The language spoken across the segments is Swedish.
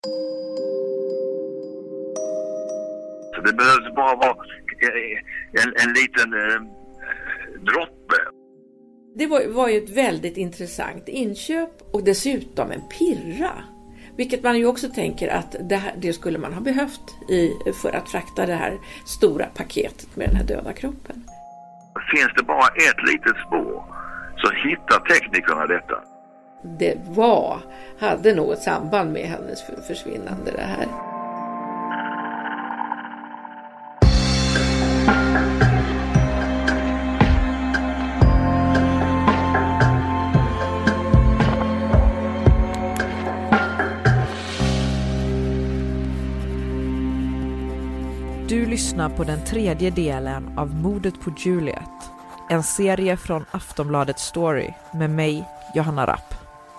Så det behövs bara vara en liten droppe. Det var ju ett väldigt intressant inköp och dessutom en pirra. Vilket man ju också tänker att det skulle man ha behövt för att frakta det här stora paketet med den här döda kroppen. Finns det bara ett litet spår så hittar teknikerna detta. Det hade något samband med hennes försvinnande det här. Du lyssnar på den tredje delen av Mordet på Juliet. En serie från Aftonbladet Story med mig, Johanna Rapp.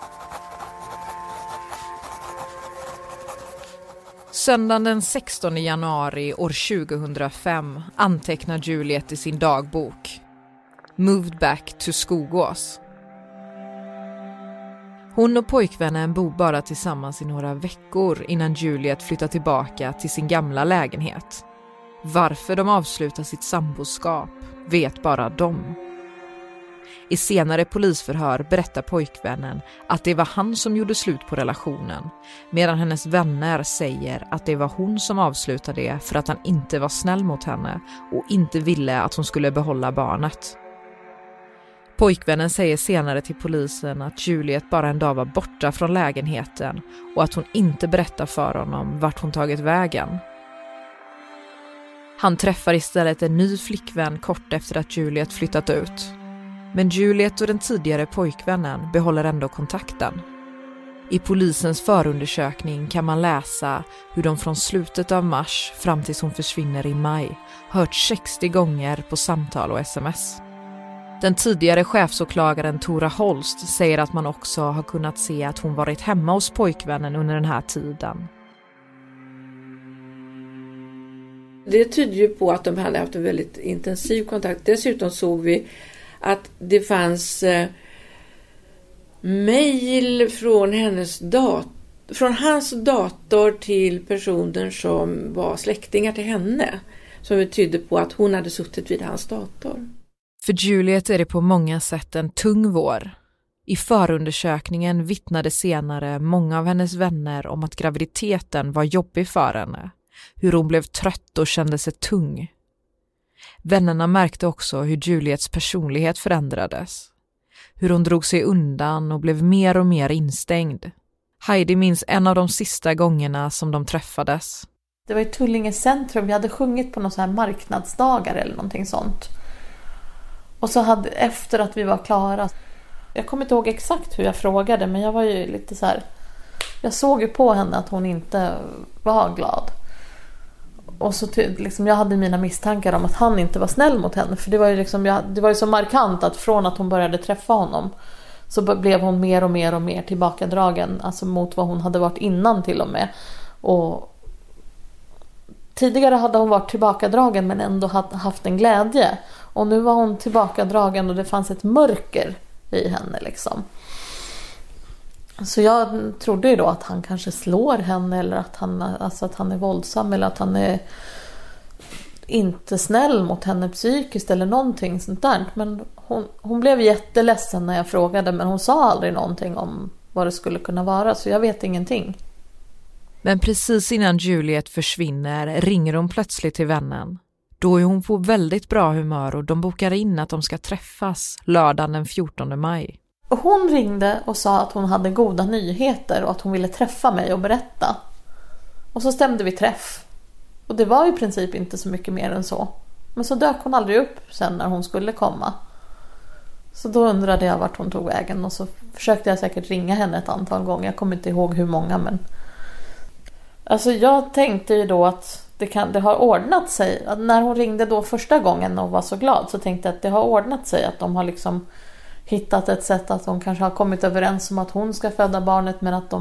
Söndagen den 16 januari år 2005 antecknar Juliet i sin dagbok Moved back to Skogås. Hon och pojkvännen bor bara tillsammans i några veckor innan Juliet flyttar tillbaka till sin gamla lägenhet. Varför de avslutar sitt samboskap vet bara de. I senare polisförhör berättar pojkvännen att det var han som gjorde slut på relationen, medan hennes vänner säger att det var hon som avslutade det för att han inte var snäll mot henne och inte ville att hon skulle behålla barnet. Pojkvännen säger senare till polisen att Juliet bara en dag var borta från lägenheten och att hon inte berättar för honom vart hon tagit vägen. Han träffar istället en ny flickvän kort efter att Juliet flyttat ut. Men Juliet och den tidigare pojkvännen behåller ändå kontakten. I polisens förundersökning kan man läsa hur de från slutet av mars fram tills hon försvinner i maj hört 60 gånger på samtal och sms. Den tidigare chefsåklagaren Tora Holst säger att man också har kunnat se att hon varit hemma hos pojkvännen under den här tiden. Det tyder ju på att de hade haft en väldigt intensiv kontakt. Dessutom såg vi att det fanns mejl från från hans dator till personer som var släktingar till henne. Som tydde på att hon hade suttit vid hans dator. För Juliet är det på många sätt en tung vår. I förundersökningen vittnade senare många av hennes vänner om att graviditeten var jobbig för henne. Hur hon blev trött och kände sig tung. Vännerna märkte också hur Juliets personlighet förändrades. Hur hon drog sig undan och blev mer och mer instängd. Heidi minns en av de sista gångerna som de träffades. Det var i Tullinge centrum, vi hade sjungit på någon så här marknadsdagar eller någonting sånt. Och så efter att vi var klara, jag kommer inte ihåg exakt hur jag frågade, men jag var ju lite så här, jag såg ju på henne att hon inte var glad. Och så liksom, jag hade mina misstankar om att han inte var snäll mot henne. För det var ju liksom, det var ju så markant att från att hon började träffa honom så blev hon mer och mer och mer tillbakadragen. Alltså mot vad hon hade varit innan till och med. Och tidigare hade hon varit tillbakadragen men ändå haft en glädje. Och nu var hon tillbakadragen och det fanns ett mörker i henne liksom. Så jag trodde ju då att han kanske slår henne eller att han är våldsam eller att han är inte snäll mot henne psykiskt eller någonting sånt där. Men hon blev jätteledsen när jag frågade, men hon sa aldrig någonting om vad det skulle kunna vara, så jag vet ingenting. Men precis innan Juliet försvinner ringer hon plötsligt till vännen. Då är hon på väldigt bra humör och de bokar in att de ska träffas lördagen den 14 maj. Hon ringde och sa att hon hade goda nyheter och att hon ville träffa mig och berätta. Och så stämde vi träff. Och det var i princip inte så mycket mer än så. Men så dök hon aldrig upp sen när hon skulle komma. Så då undrade jag vart hon tog vägen. Och så försökte jag säkert ringa henne ett antal gånger. Jag kommer inte ihåg hur många, men... Alltså jag tänkte ju då att det har ordnat sig. Att när hon ringde då första gången och var så glad, så tänkte jag att det har ordnat sig. Att de har liksom hittat ett sätt, att de kanske har kommit överens om att hon ska föda barnet, men att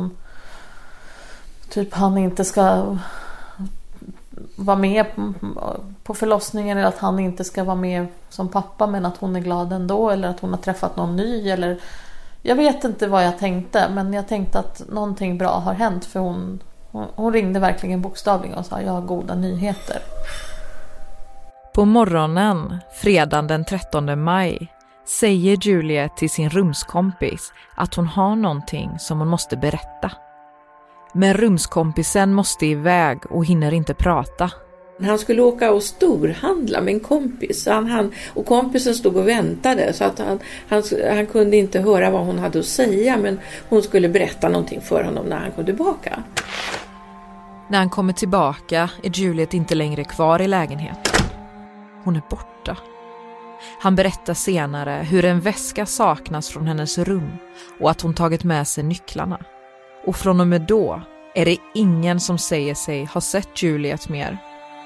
han inte ska vara med på förlossningen, eller att han inte ska vara med som pappa, men att hon är glad ändå, eller att hon har träffat någon ny, eller jag vet inte vad jag tänkte, men jag tänkte att någonting bra har hänt, för Hon ringde verkligen bokstavligen och sa jag har goda nyheter. På morgonen, fredagen den 13 maj, säger Juliet till sin rumskompis att hon har någonting som hon måste berätta. Men rumskompisen måste iväg och hinner inte prata. Han skulle åka och storhandla med en kompis. Och kompisen stod och väntade så att han kunde inte höra vad hon hade att säga. Men hon skulle berätta någonting för honom när han kom tillbaka. När han kommer tillbaka är Juliet inte längre kvar i lägenheten. Hon är borta. Han berättar senare hur en väska saknas från hennes rum och att hon tagit med sig nycklarna. Och från och med då är det ingen som säger sig ha sett Juliet mer.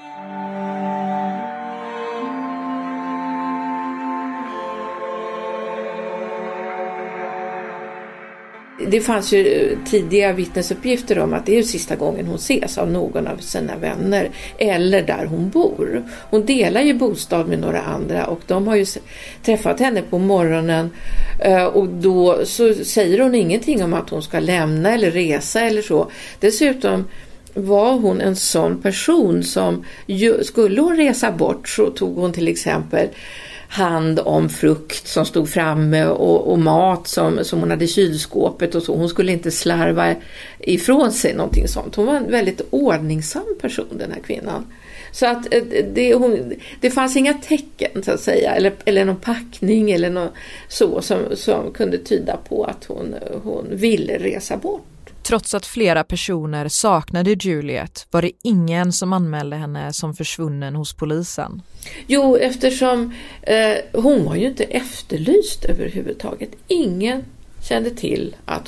Det fanns ju tidiga vittnesuppgifter om att det är sista gången hon ses av någon av sina vänner eller där hon bor. Hon delar ju bostad med några andra och de har ju träffat henne på morgonen och då så säger hon ingenting om att hon ska lämna eller resa eller så. Dessutom var hon en sån person som skulle hon resa bort så tog hon till exempel hand om frukt som stod framme och mat som hon hade i kylskåpet och så. Hon skulle inte slarva ifrån sig någonting sånt. Hon var en väldigt ordningsam person, den här kvinnan. Så att det fanns inga tecken så att säga eller någon packning eller något som kunde tyda på att hon ville resa bort. Trots att flera personer saknade Juliet var det ingen som anmälde henne som försvunnen hos polisen. Jo, eftersom hon var ju inte efterlyst överhuvudtaget. Ingen kände till att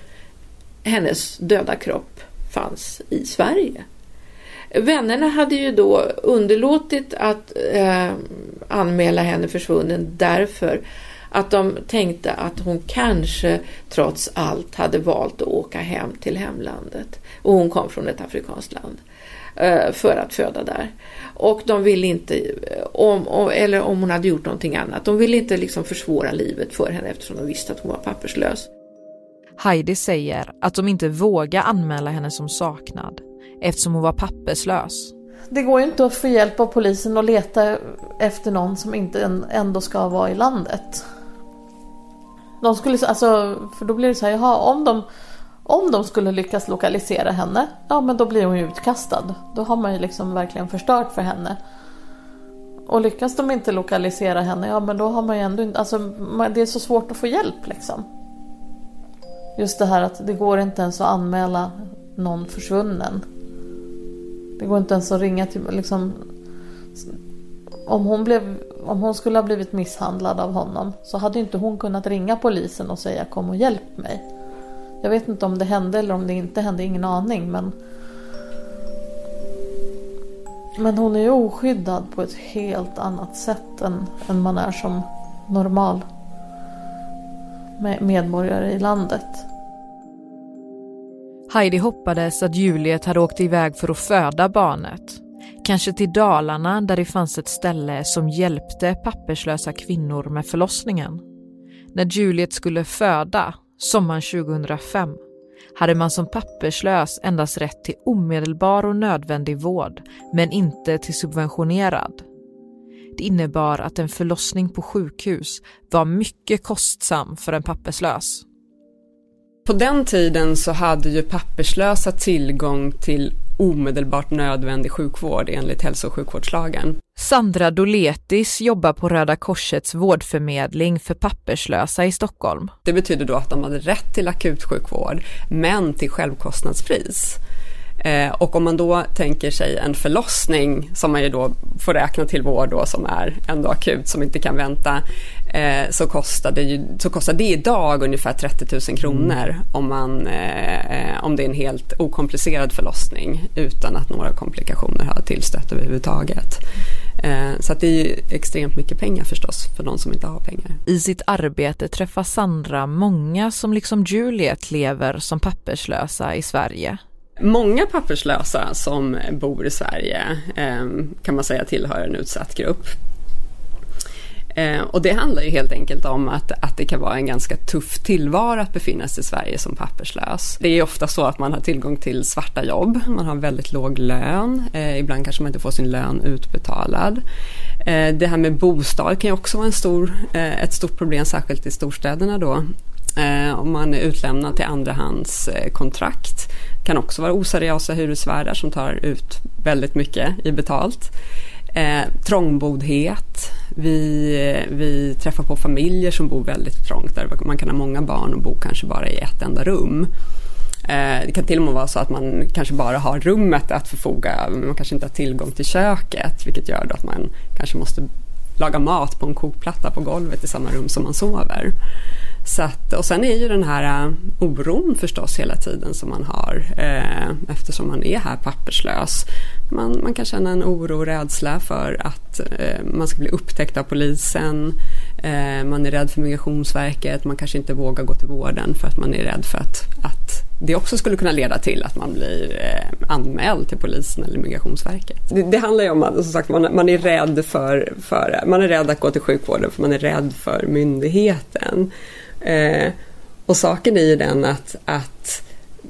hennes döda kropp fanns i Sverige. Vännerna hade ju då underlåtit att anmäla henne försvunnen därför att de tänkte att hon kanske trots allt hade valt att åka hem till hemlandet. Och hon kom från ett afrikanskt land för att föda där. Och de ville inte, eller om hon hade gjort någonting annat, de ville inte liksom försvåra livet för henne eftersom de visste att hon var papperslös. Heidi säger att de inte vågar anmäla henne som saknad eftersom hon var papperslös. Det går ju inte att få hjälp av polisen och leta efter någon som inte ändå ska vara i landet. De skulle, för då blir det så här, om de skulle lyckas lokalisera henne, ja men då blir hon ju utkastad. Då har man ju liksom verkligen förstört för henne. Och lyckas de inte lokalisera henne, ja men då har man ju ändå inte, det är så svårt att få hjälp liksom. Just det här att det går inte ens att anmäla någon försvunnen. Det går inte ens att ringa till liksom, om hon skulle ha blivit misshandlad av honom så hade inte hon kunnat ringa polisen och säga kom och hjälp mig. Jag vet inte om det hände eller om det inte hände, ingen aning, men hon är ju oskyddad på ett helt annat sätt än man är som normal medborgare i landet. Heidi hoppades att Juliet hade åkt iväg för att föda barnet. Kanske till Dalarna där det fanns ett ställe som hjälpte papperslösa kvinnor med förlossningen. När Juliet skulle föda, sommaren 2005, hade man som papperslös endast rätt till omedelbar och nödvändig vård, men inte till subventionerad. Det innebar att en förlossning på sjukhus var mycket kostsam för en papperslös. På den tiden så hade ju papperslösa tillgång till omedelbart nödvändig sjukvård enligt hälso- och sjukvårdslagen. Sandra Doletis jobbar på Röda Korsets vårdförmedling för papperslösa i Stockholm. Det betyder då att de hade rätt till akutsjukvård men till självkostnadspris. Och om man då tänker sig en förlossning som man ju då får räkna till vård då, som är ändå akut, som inte kan vänta, så kostar det idag ungefär 30 000 kronor om det är en helt okomplicerad förlossning utan att några komplikationer har tillstött överhuvudtaget. Så att det är ju extremt mycket pengar förstås för de som inte har pengar. I sitt arbete träffar Sandra många som liksom Juliet lever som papperslösa i Sverige. Många papperslösa som bor i Sverige kan man säga tillhör en utsatt grupp. Och det handlar ju helt enkelt om att det kan vara en ganska tuff tillvaro att befinna sig i Sverige som papperslös. Det är ofta så att man har tillgång till svarta jobb, man har väldigt låg lön, ibland kanske man inte får sin lön utbetalad. Det här med bostad kan ju också vara ett stort problem, särskilt i storstäderna då. Om man är utlämnad till andrahandskontrakt. Kan också vara oseriösa hyresvärdar som tar ut väldigt mycket i betalt. Trångbodhet. Vi träffar på familjer som bor väldigt trångt, där man kan ha många barn och bo kanske bara i ett enda rum. Det kan till och med vara så att man kanske bara har rummet att förfoga, men man kanske inte har tillgång till köket, vilket gör då att man kanske måste laga mat på en kokplatta på golvet i samma rum som man sover. Så att, och sen är ju den här oron förstås hela tiden som man har eftersom man är här papperslös. Man kan känna en oro och rädsla för att man ska bli upptäckt av polisen. Man är rädd för Migrationsverket. Man kanske inte vågar gå till vården för att man är rädd för att det också skulle kunna leda till att man blir anmäld till polisen eller Migrationsverket. Det handlar ju om att som sagt, man är rädd man är rädd att gå till sjukvården för man är rädd för myndigheten. Och saken är ju den att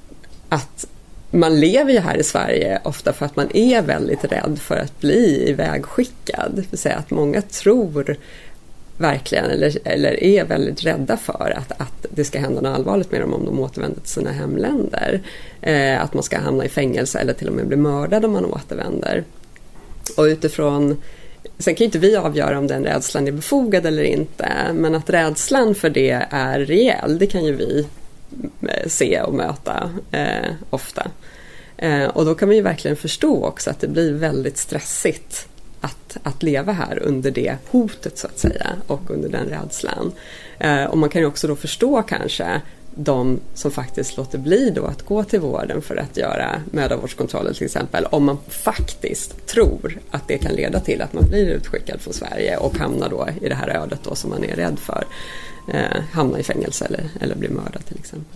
man lever ju här i Sverige ofta för att man är väldigt rädd för att bli ivägskickad. Det vill säga att många tror verkligen eller är väldigt rädda för att det ska hända något allvarligt med dem om de återvänder till sina hemländer. Att man ska hamna i fängelse eller till och med bli mördad om man återvänder. Och utifrån, sen kan ju inte vi avgöra om den rädslan är befogad eller inte, men att rädslan för det är reell, det kan ju vi se och möta ofta. Och då kan man ju verkligen förstå också att det blir väldigt stressigt att leva här under det hotet så att säga och under den rädslan. Och man kan ju också då förstå kanske de som faktiskt låter bli då att gå till vården för att göra mödravårdskontroller till exempel, om man faktiskt tror att det kan leda till att man blir utskickad från Sverige och hamnar då i det här ödet då som man är rädd för, hamna i fängelse eller bli mördad till exempel.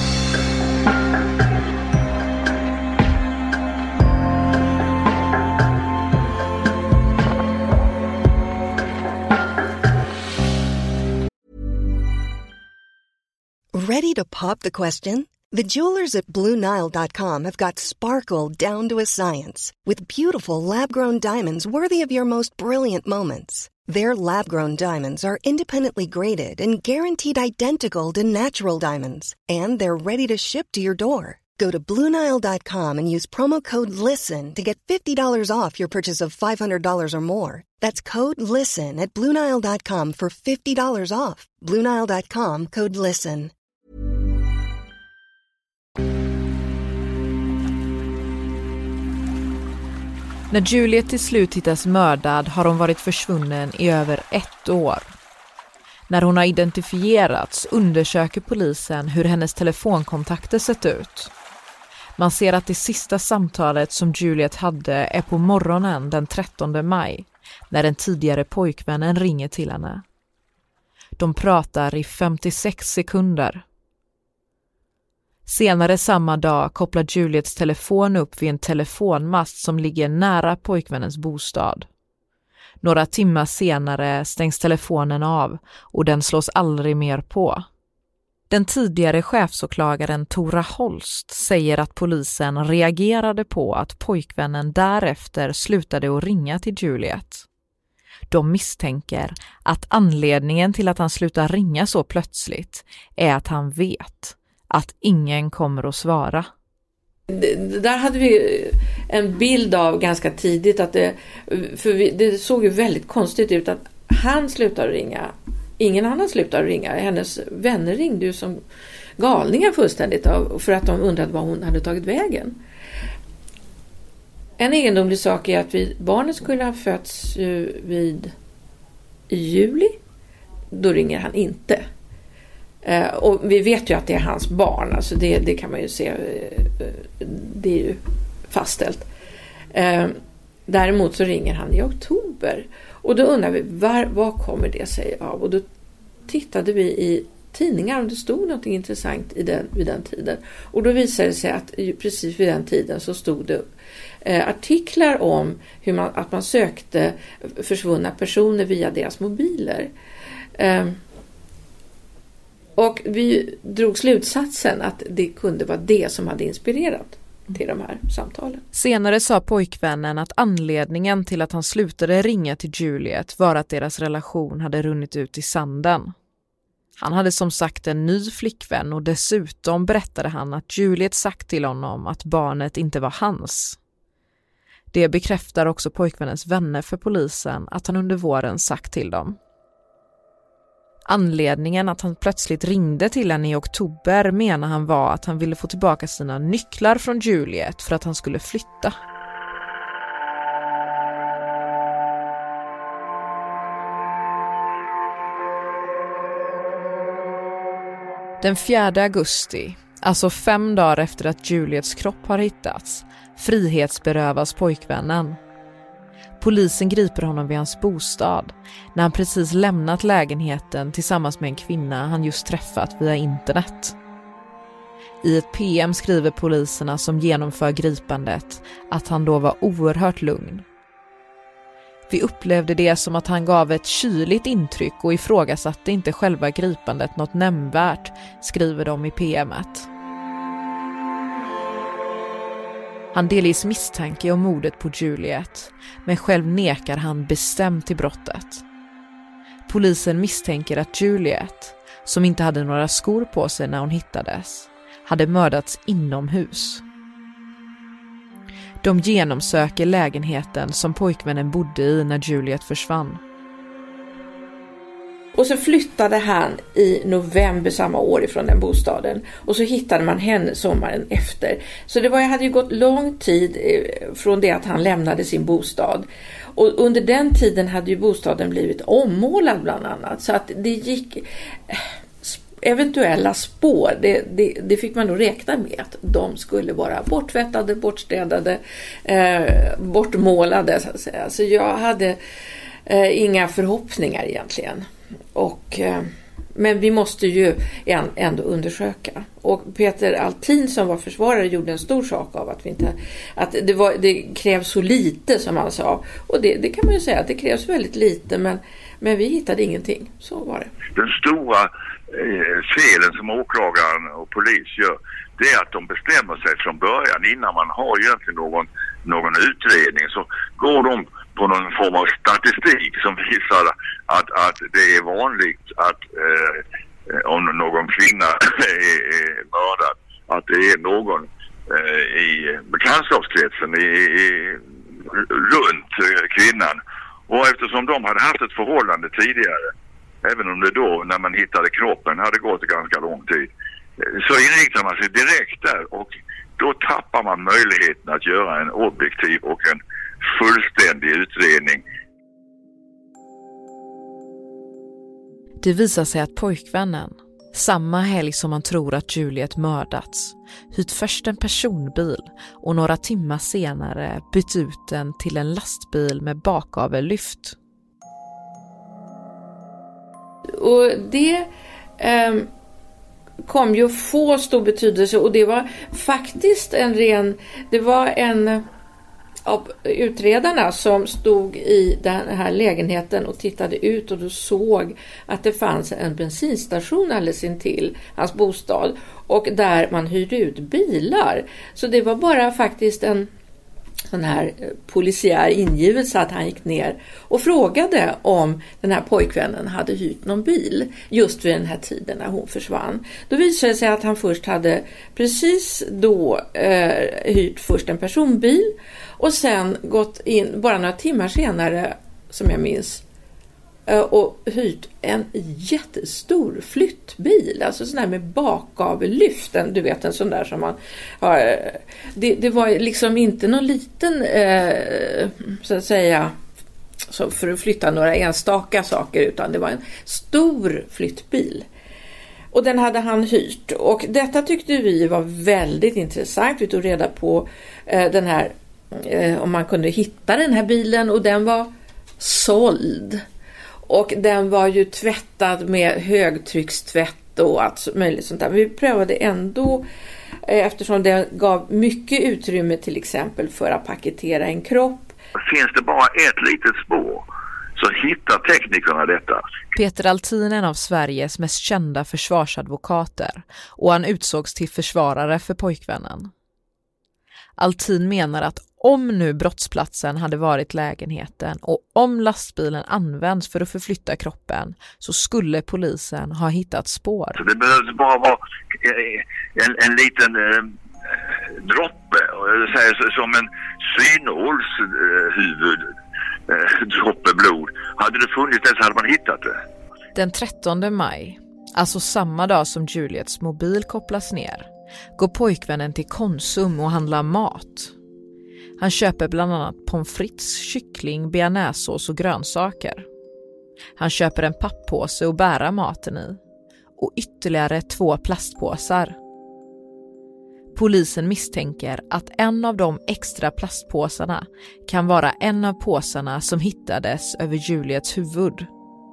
Ready to pop the question? The jewelers at BlueNile.com have got sparkle down to a science with beautiful lab-grown diamonds worthy of your most brilliant moments. Their lab-grown diamonds are independently graded and guaranteed identical to natural diamonds, and they're ready to ship to your door. Go to BlueNile.com and use promo code LISTEN to get $50 off your purchase of $500 or more. That's code LISTEN at BlueNile.com for $50 off. BlueNile.com, code LISTEN. När Juliet till slut hittas mördad har hon varit försvunnen i över 1 år. När hon har identifierats undersöker polisen hur hennes telefonkontakter sett ut. Man ser att det sista samtalet som Juliet hade är på morgonen den 13 maj, när den tidigare pojkvännen ringer till henne. De pratar i 56 sekunder. Senare samma dag kopplar Juliets telefon upp vid en telefonmast som ligger nära pojkvännens bostad. Några timmar senare stängs telefonen av och den slås aldrig mer på. Den tidigare chefsåklagaren Tora Holst säger att polisen reagerade på att pojkvännen därefter slutade att ringa till Juliet. De misstänker att anledningen till att han slutar ringa så plötsligt är att han vet att ingen kommer att svara. Där hade vi en bild av ganska tidigt att det såg ju väldigt konstigt ut att han slutade ringa. Ingen annan slutade ringa. Hennes vänner ringde ju som galningar fullständigt för att de undrade vad hon hade tagit vägen. En egendomlig sak är att barnet skulle ha fötts i juli. Då ringer han inte. Och vi vet ju att det är hans barn, alltså det kan man ju se, det är ju fastställt. Däremot så ringer han i oktober och då undrar vi vad kommer det sig av, och då tittade vi i tidningar om det stod något intressant vid den tiden. Och då visade det sig att precis vid den tiden så stod det artiklar om att man sökte försvunna personer via deras mobiler. Och vi drog slutsatsen att det kunde vara det som hade inspirerat till de här samtalen. Senare sa pojkvännen att anledningen till att han slutade ringa till Juliet var att deras relation hade runnit ut i sanden. Han hade som sagt en ny flickvän och dessutom berättade han att Juliet sagt till honom att barnet inte var hans. Det bekräftar också pojkvännens vänner för polisen att han under våren sagt till dem. Anledningen att han plötsligt ringde till henne i oktober menar han var att han ville få tillbaka sina nycklar från Juliet för att han skulle flytta. Den 4 augusti, alltså 5 dagar efter att Juliets kropp har hittats, frihetsberövas pojkvännen. Polisen griper honom vid hans bostad när han precis lämnat lägenheten tillsammans med en kvinna han just träffat via internet. I ett PM skriver poliserna som genomför gripandet att han då var oerhört lugn. Vi upplevde det som att han gav ett kyligt intryck och ifrågasatte inte själva gripandet något nämnvärt, skriver de i PM:et. Han delges misstanke om mordet på Juliet, men själv nekar han bestämt till brottet. Polisen misstänker att Juliet, som inte hade några skor på sig när hon hittades, hade mördats inomhus. De genomsöker lägenheten som pojkvännen bodde i när Juliet försvann. Och så flyttade han i november samma år ifrån den bostaden. Och så hittade man henne sommaren efter. Så det hade ju gått lång tid från det att han lämnade sin bostad. Och under den tiden hade ju bostaden blivit ommålad bland annat. Så att det gick eventuella spår. Det fick man nog räkna med att de skulle vara borttvättade, bortstädade, bortmålade så att säga. Så jag hade inga förhoppningar egentligen. Men vi måste ju ändå undersöka. Och Peter Altin som var försvarare gjorde en stor sak av att det krävs så lite som han sa. Och det kan man ju säga att det krävs väldigt lite, men vi hittade ingenting. Så var det. Den stora felen som åklagaren och polis gör, det är att de bestämmer sig från början innan man har egentligen någon utredning, så går de på någon form av statistik som visar att det är vanligt att om någon kvinna är mördad, att det är någon i bekantskapskretsen runt kvinnan. Och eftersom de hade haft ett förhållande tidigare, även om det då när man hittade kroppen hade gått ganska lång tid, så inriktar man sig direkt där, och då tappar man möjligheten att göra en objektiv och en fullständig utredning. Det visar sig att pojkvännen, samma helg som man tror att Juliet mördats, hyrt först en personbil och några timmar senare bytt ut den till en lastbil med bakavelyft. Och det kom ju få stor betydelse, och det var faktiskt en av utredarna som stod i den här lägenheten och tittade ut, och då såg att det fanns en bensinstation alldeles intill hans bostad, och där man hyrde ut bilar. Så det var bara faktiskt en sån här polisiär ingivelse att han gick ner och frågade om den här pojkvännen hade hyrt någon bil just vid den här tiden när hon försvann. Då visade det sig att han först hade precis då hyrt först en personbil och sen gått in bara några timmar senare, som jag minns, och hyrt en jättestor flyttbil, alltså sån här med bakavlyften, du vet, en sån där som man har. Det var liksom inte någon liten så att säga, så för att flytta några enstaka saker, utan det var en stor flyttbil. Och den hade han hyrt, och detta tyckte vi var väldigt intressant. Vi tog reda på den här, om man kunde hitta den här bilen, och den var såld. Och den var ju tvättad med högtryckstvätt och allt möjligt sånt där. Vi prövade ändå, eftersom det gav mycket utrymme till exempel för att paketera en kropp. Finns det bara ett litet spår så hittar teknikerna detta. Peter Altin är en av Sveriges mest kända försvarsadvokater och han utsågs till försvarare för pojkvännen. Altin menar att om nu brottsplatsen hade varit lägenheten och om lastbilen används för att förflytta kroppen så skulle polisen ha hittat spår. Så det behövs bara vara en liten droppe, som en synålshuvud droppe blod. Hade det funnits det så hade man hittat det. Den 13 maj, alltså samma dag som Juliets mobil kopplas ner, går pojkvännen till Konsum och handlar mat. Han köper bland annat pommes frites, kyckling, bearnaisesås och grönsaker. Han köper en papppåse att bära maten i och ytterligare 2 plastpåsar. Polisen misstänker att en av de extra plastpåsarna kan vara en av påsarna som hittades över Juliets huvud.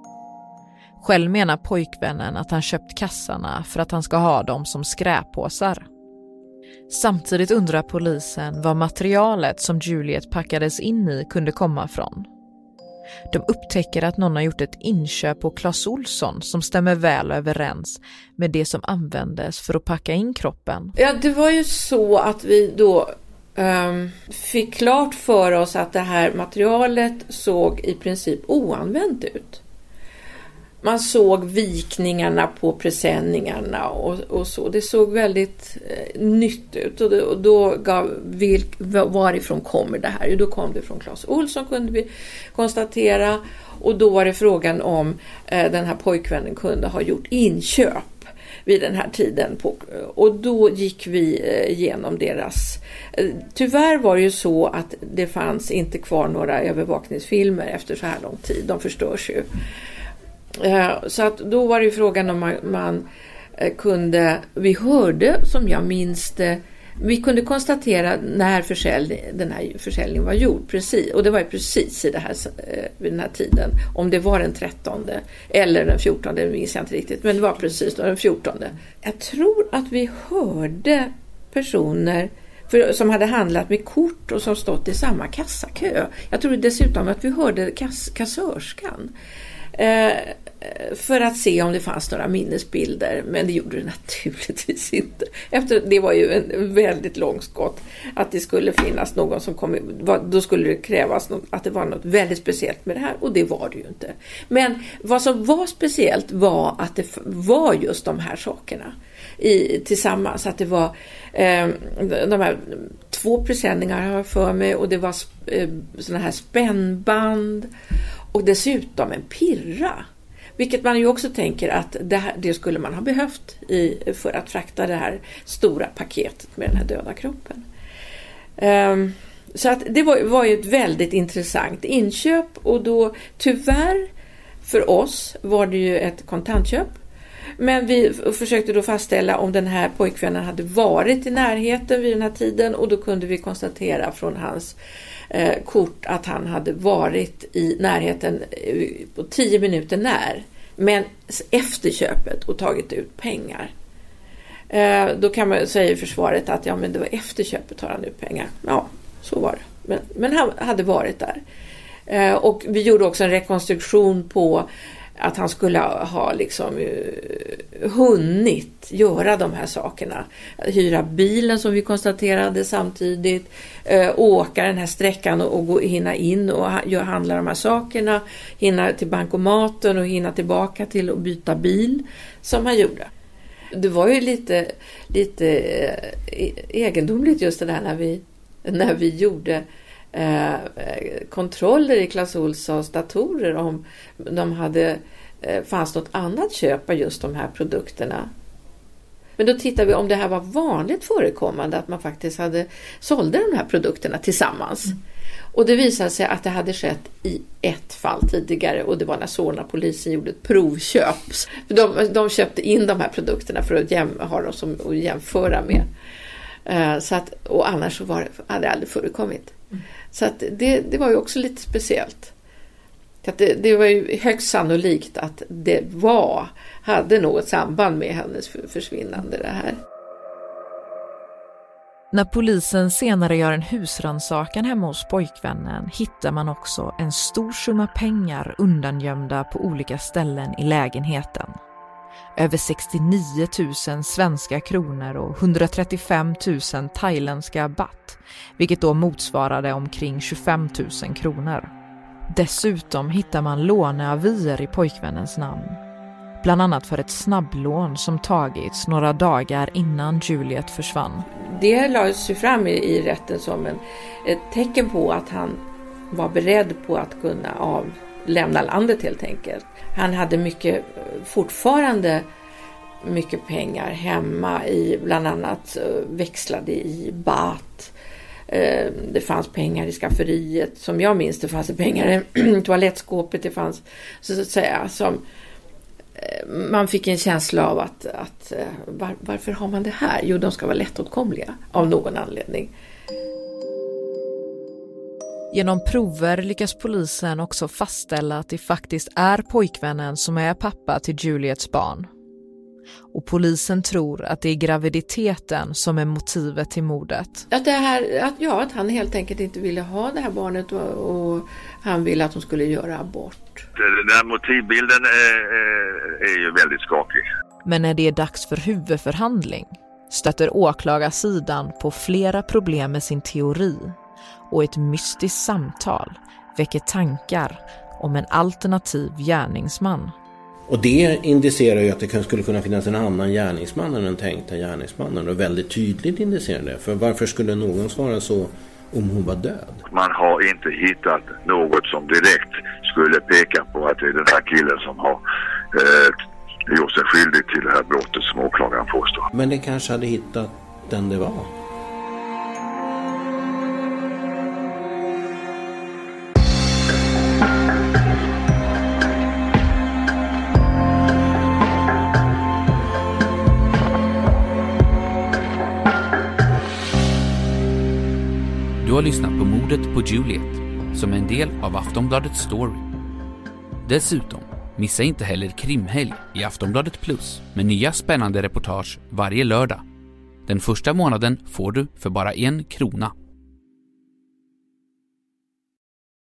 Själv menar pojkvännen att han köpt kassarna för att han ska ha dem som skräppåsar. Samtidigt undrar polisen vad materialet som Juliet packades in i kunde komma från. De upptäcker att någon har gjort ett inköp på Clas Ohlson som stämmer väl överens med det som användes för att packa in kroppen. Ja, det var ju så att vi då fick klart för oss att det här materialet såg i princip oanvänt ut. Man såg vikningarna på presenningarna och så. Det såg väldigt nytt ut. Och då gav varifrån kommer det här? Då kom det från Clas Ohlson kunde vi konstatera. Och då var det frågan om den här pojkvännen kunde ha gjort inköp vid den här tiden. Och då gick vi igenom deras... Tyvärr var det ju så att det fanns inte kvar några övervakningsfilmer efter så här lång tid. De förstörs ju. Så att då var det ju frågan om man kunde, vi hörde som jag minns det, vi kunde konstatera när den här försäljningen var gjord precis, och det var ju precis i det här, vid den här tiden, om det var den 13 eller den 14, det minns jag inte riktigt, men det var precis då, den 14. Jag tror att vi hörde personer som hade handlat med kort och som stått i samma kassakö. Jag tror dessutom att vi hörde kassörskan. För att se om det fanns några minnesbilder, men det gjorde det naturligtvis inte. Efter det var ju en väldigt lång skott att det skulle finnas någon som kom, då skulle det krävas att det var något väldigt speciellt med det här, och det var det ju inte. Men vad som var speciellt var att det var just de här sakerna tillsammans, att det var de här 2 presenningar har jag för mig, och det var såna här spännband och dessutom en pirra. Vilket man ju också tänker att det skulle man ha behövt för att frakta det här stora paketet med den här döda kroppen. Så att det var ju ett väldigt intressant inköp, och då tyvärr för oss var det ju ett kontantköp. Men vi försökte då fastställa om den här pojkvännen hade varit i närheten vid den här tiden, och då kunde vi konstatera från hans kort att han hade varit i närheten på 10 minuter när, men efter köpet och tagit ut pengar. Då kan man säga i försvaret att ja, men det var efter köpet tar han ut pengar. Ja, så var det. Men han hade varit där. Och vi gjorde också en rekonstruktion på att han skulle ha liksom hunnit göra de här sakerna. Hyra bilen som vi konstaterade samtidigt, åka den här sträckan och hinna in och handla de här sakerna, hinna till bankomaten och hinna tillbaka till att byta bil som han gjorde. Det var ju lite egendomligt just det där när vi gjorde kontroller i Clas Ohlsons datorer om de fanns något annat köp av just de här produkterna. Men då tittar vi om det här var vanligt förekommande, att man faktiskt sålde de här produkterna tillsammans. Och det visade sig att det hade skett i ett fall tidigare, och det var när Solna-polisen gjorde ett provköp. De köpte in de här produkterna för att ha dem som att jämföra med. Så att, och annars så hade det aldrig förekommit. Så att det var ju också lite speciellt. Så att det var ju högst sannolikt att det hade något samband med hennes försvinnande det här. När polisen senare gör en husrannsakan hemma hos pojkvännen hittar man också en stor summa pengar undangömda på olika ställen i lägenheten. Över 69 000 svenska kronor och 135 000 thailändska baht, vilket då motsvarade omkring 25 000 kronor. Dessutom hittar man låneavier i pojkvännens namn. Bland annat för ett snabblån som tagits några dagar innan Juliet försvann. Det lades ju fram i rätten som ett tecken på att han var beredd på att kunna lämna landet helt enkelt. Han hade fortfarande mycket pengar hemma, bland annat växlade i baht. Det fanns pengar i skafferiet, som jag minns det fanns det pengar i toalettskåpet, det fanns så att säga som man fick en känsla av att varför har man det här? Jo, de ska vara lättåtkomliga av någon anledning. Genom prover lyckas polisen också fastställa att det faktiskt är pojkvännen som är pappa till Juliets barn. Och polisen tror att det är graviditeten som är motivet till mordet. Att han helt enkelt inte ville ha det här barnet och han ville att de skulle göra abort. Den där motivbilden är ju väldigt skakig. Men när det är dags för huvudförhandling stöter åklagarsidan på flera problem med sin teori, och ett mystiskt samtal väcker tankar om en alternativ gärningsman. Och det indicerar ju att det skulle kunna finnas en annan gärningsman än den tänkta gärningsmannen, och väldigt tydligt indicerar det. För varför skulle någon svara så om hon var död? Man har inte hittat något som direkt skulle peka på att det är den här killen som har gjort sig skyldig till det här brottet som åklagaren påstår. Men det kanske hade hittat den det var. Du har lyssnat på mordet på Juliet, som är en del av Aftonbladets story. Dessutom, missa inte heller Krimhelg i Aftonbladet Plus med nya spännande reportage varje lördag. Den första månaden får du för bara 1 krona.